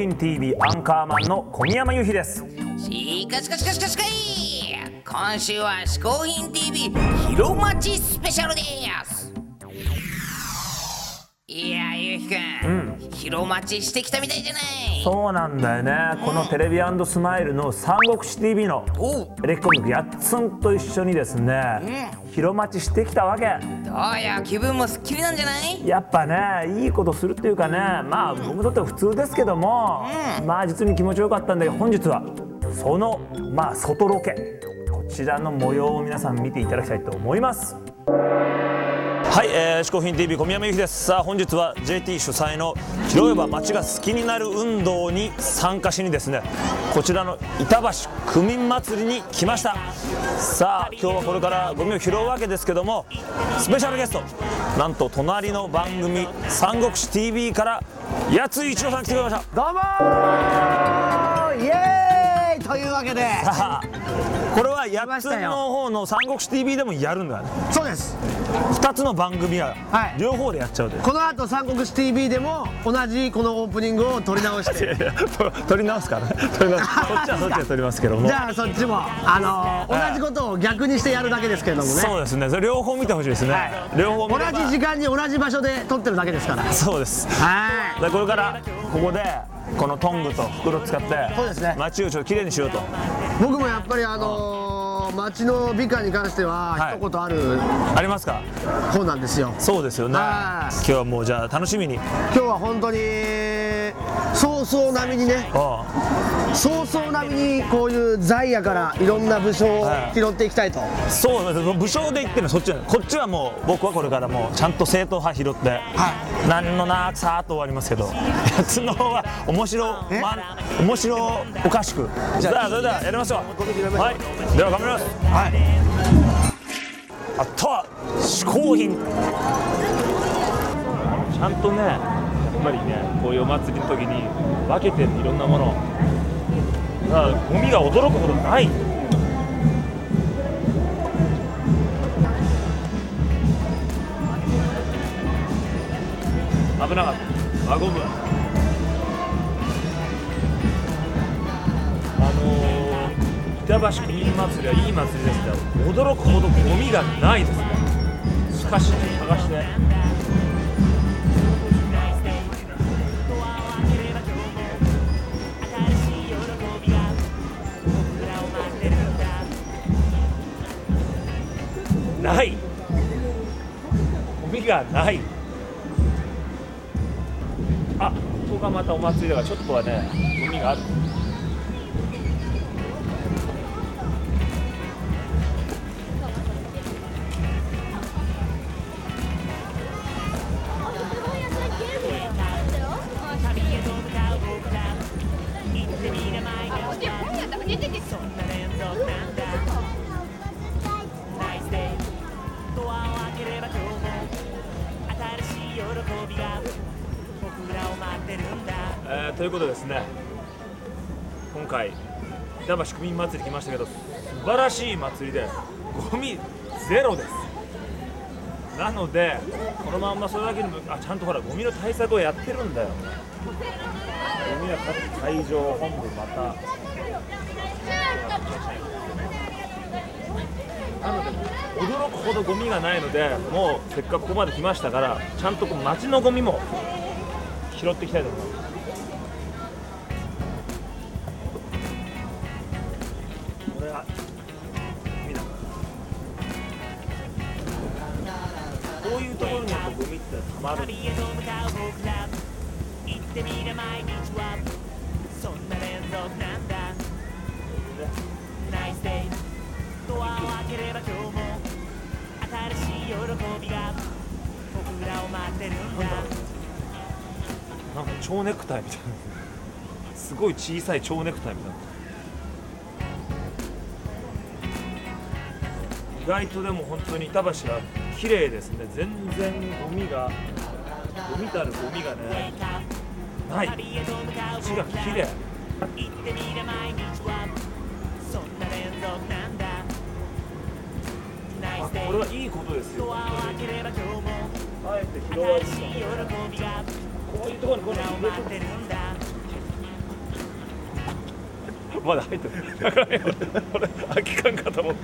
品 TV アンカーマンの小宮山雄飛です。 しかい今週は嗜好品 TV 広町スペシャルです。いやゆうひくん、広町してきたみたいじゃない。 そうなんだよね、このテレビ&スマイルの三国志 TV のレキコミックやっつんと一緒にですね、広町してきたわけ。 どうや気分もすっきりなんじゃない。 やっぱね、いいことするっていうかね、まあ僕にとっては普通ですけども、まあ実に気持ちよかったんで、本日はそのまあ外ロケ、こちらの模様を皆さん見ていただきたいと思います。はい、嗜好品 TV 小宮山由紀です。さあ本日は JT 主催の拾えば街が好きになる運動に参加しにですね、こちらの板橋区民祭りに来ました。さあ今日はこれからゴミを拾うわけですけども、スペシャルゲスト、なんと隣の番組三国志 TV から八井一郎さん来てくれました。 どうもー、イエーイというわけで、 さあこれは八つの方の三国志 TV でもやるんだね。 そうです、 2つの番組は両方でやっちゃうという、 この後三国志 TV でも同じこのオープニングを撮り直して撮り直すからね、こっちはそっちで撮りますけども、 じゃあそっちも同じことを逆にしてやるだけですけれどもね。 そうですね、それ両方見てほしいですね、両方見れば同じ時間に同じ場所で撮ってるだけですから。 そうです。 はい、 でこれからここでこのトングと袋を使ってそうですね、 街をちょっときれいにしようと。 僕もやっぱり街の美化に関しては一言あるありますか。 方なんですよ。 そうですよね。今日はもうじゃあ楽しみに、 今日は本当に早々並みにね、早々並みにこういう在野からいろんな武将を拾っていきたいと。 そうです、武将で言ってるのそっちなの。こっちはもう僕はこれからもうちゃんと正統派拾って、なんのなさーっと終わりますけど、やつの方は面白おかしく。じゃあそれではやりましょう。はい、では頑張ります。はい、あとは嗜好品、ちゃんとね、やっぱりね、こういうお祭りの時に分けてるいろんなもの、だからゴミが驚くほどない。危なかった、輪ゴム。板橋区民祭りはいい祭りですけど、驚くほどゴミがないですね。しかし探して、ない、ゴミがない。あ、ここがまたお祭りだからちょっとはね、ゴミがある。ということでですね、今回板橋区民祭り来ましたけど、素晴らしい祭りでゴミゼロです。なのでこのまんまそれだけにちゃんとほらゴミの対策をやってるんだよ。ゴミは各会場本部またなので驚くほどゴミがないので、もうせっかくここまで来ましたからちゃんと街のゴミも拾っていきたいと思います。こういうところにやっぱゴミってたまる。なんか蝶ネクタイみたいな、すごい小さい蝶ネクタイみたいな。意外とでも本当に板橋は綺麗ですね。全然ゴミたるゴミがねない。街が綺麗。これはいいことですよ。あえて拾われるんだ。こういうところにこれ入れてるんだ。 まだ入ってる。だから俺空き缶かと思った。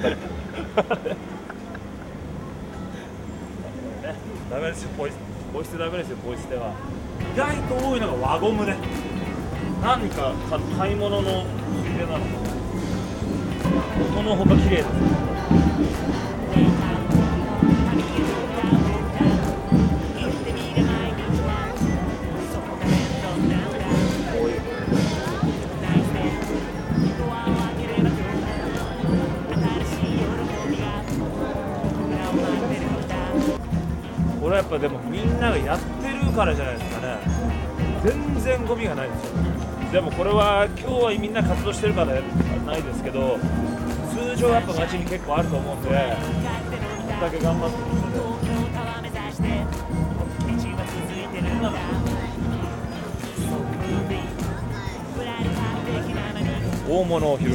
ダメですよ、ポイ捨てダメですよ、ポイ捨ては。意外と多いのが輪ゴムで、何か買い物の入れなのかな。このほか綺麗です。これはやっぱでもみんながやってるからじゃないですかね。全然ゴミがないんですよ。でもこれは今日はみんな活動してるからないですけど、通常やっぱ街に結構あると思うんで、こんだけ頑張ってるんで。大物を拾います。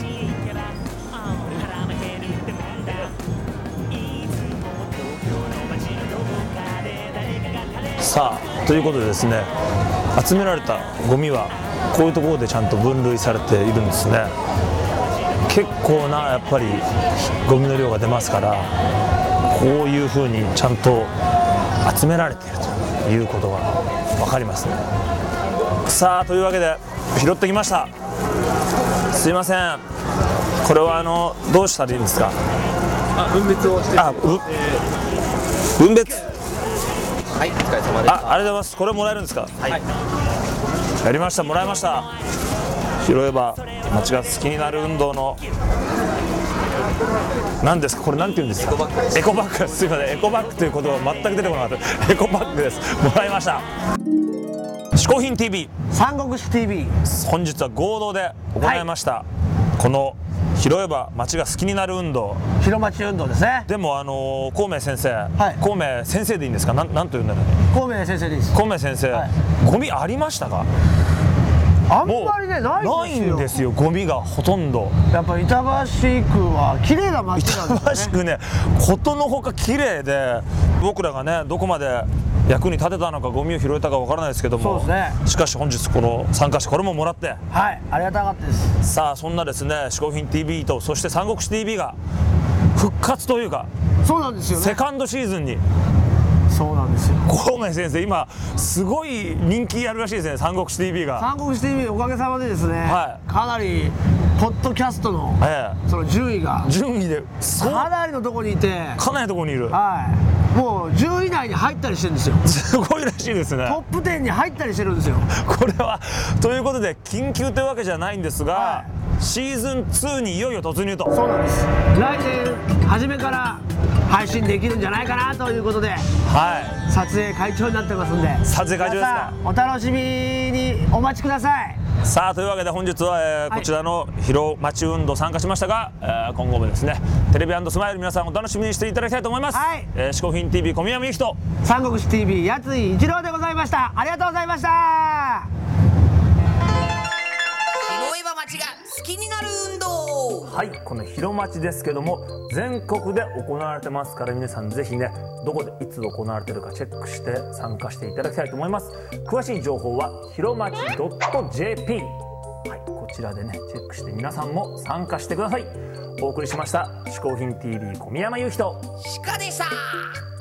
さあということでですね、集められたゴミはこういうところでちゃんと分類されているんですね。結構なやっぱりゴミの量が出ますから、こういうふうにちゃんと集められているということが分かりますね。さあというわけで拾ってきました。すいません、これはどうしたらいいんですか。 分別をして分別。 はい、お疲れ様です。 ありがとうございます。これもらえるんですか。 はい、 やりました、もらいました。拾えば街が好きになる運動の何ですか、これなんて言うんですか。エコバッグ。すいません、エコバッグという言葉全く出てこなかった。エコバッグです。もらいました。嗜好品 TV 三国志 TV、 本日は合同で行いました、この拾えば街が好きになる運動。 広町運動ですね。 でも孔明先生、 はい孔明先生でいいんですか。なんと言うんだろう。 孔明先生です。 孔明先生、 はいゴミありましたか。 あんまりねないんですよ。 ゴミがほとんど。 やっぱ板橋区は綺麗な街なんですよね。 板橋区ね、ことのほか綺麗で、僕らがねどこまで役に立てたのか、ゴミを拾えたかわからないですけども、 そうですね。 しかし本日この参加してこれももらって、 はい、ありがたかったです。 さあそんなですね嗜好品 TV とそして三国志 TV が復活というか、 そうなんですよね。 セカンドシーズンにそうなんですよ。 孔明先生今すごい人気あるらしいですね、三国志 TV が。 三国志 TV おかげさまでですね、 はかなりポッドキャストのその順位が順位でかなりのところにいて、 かなりのところにいる。 はいもう10位以内に入ったりしてるんですよ。 すごいらしいですね。 トップ10に入ったりしてるんですよ。 これはということで緊急というわけじゃないんですが、 はシーズン2にいよいよ突入と。 そうなんです。来年初めから配信できるんじゃないかなということで、 はい撮影会長になってますんで、 撮影会長ですか。 皆さんお楽しみにお待ちください。 さあというわけで本日は、こちらの広町運動参加しましたが、今後もですねテレビ&スマイル皆さんお楽しみにしていただきたいと思います。 はい嗜好品 TV 小宮山由紀と三国志 TV やつい一郎でございました。ありがとうございました。 拾えば街が好きになる運動。 はい、この広町ですけども全国で行われてますから、皆さんぜひねどこでいつ行われてるかチェックして参加していただきたいと思います。詳しい情報は広町 .jp、 はい、こちらでねチェックして皆さんも参加してください。お送りしました嗜好品 TV 小宮山由紀と鹿でした。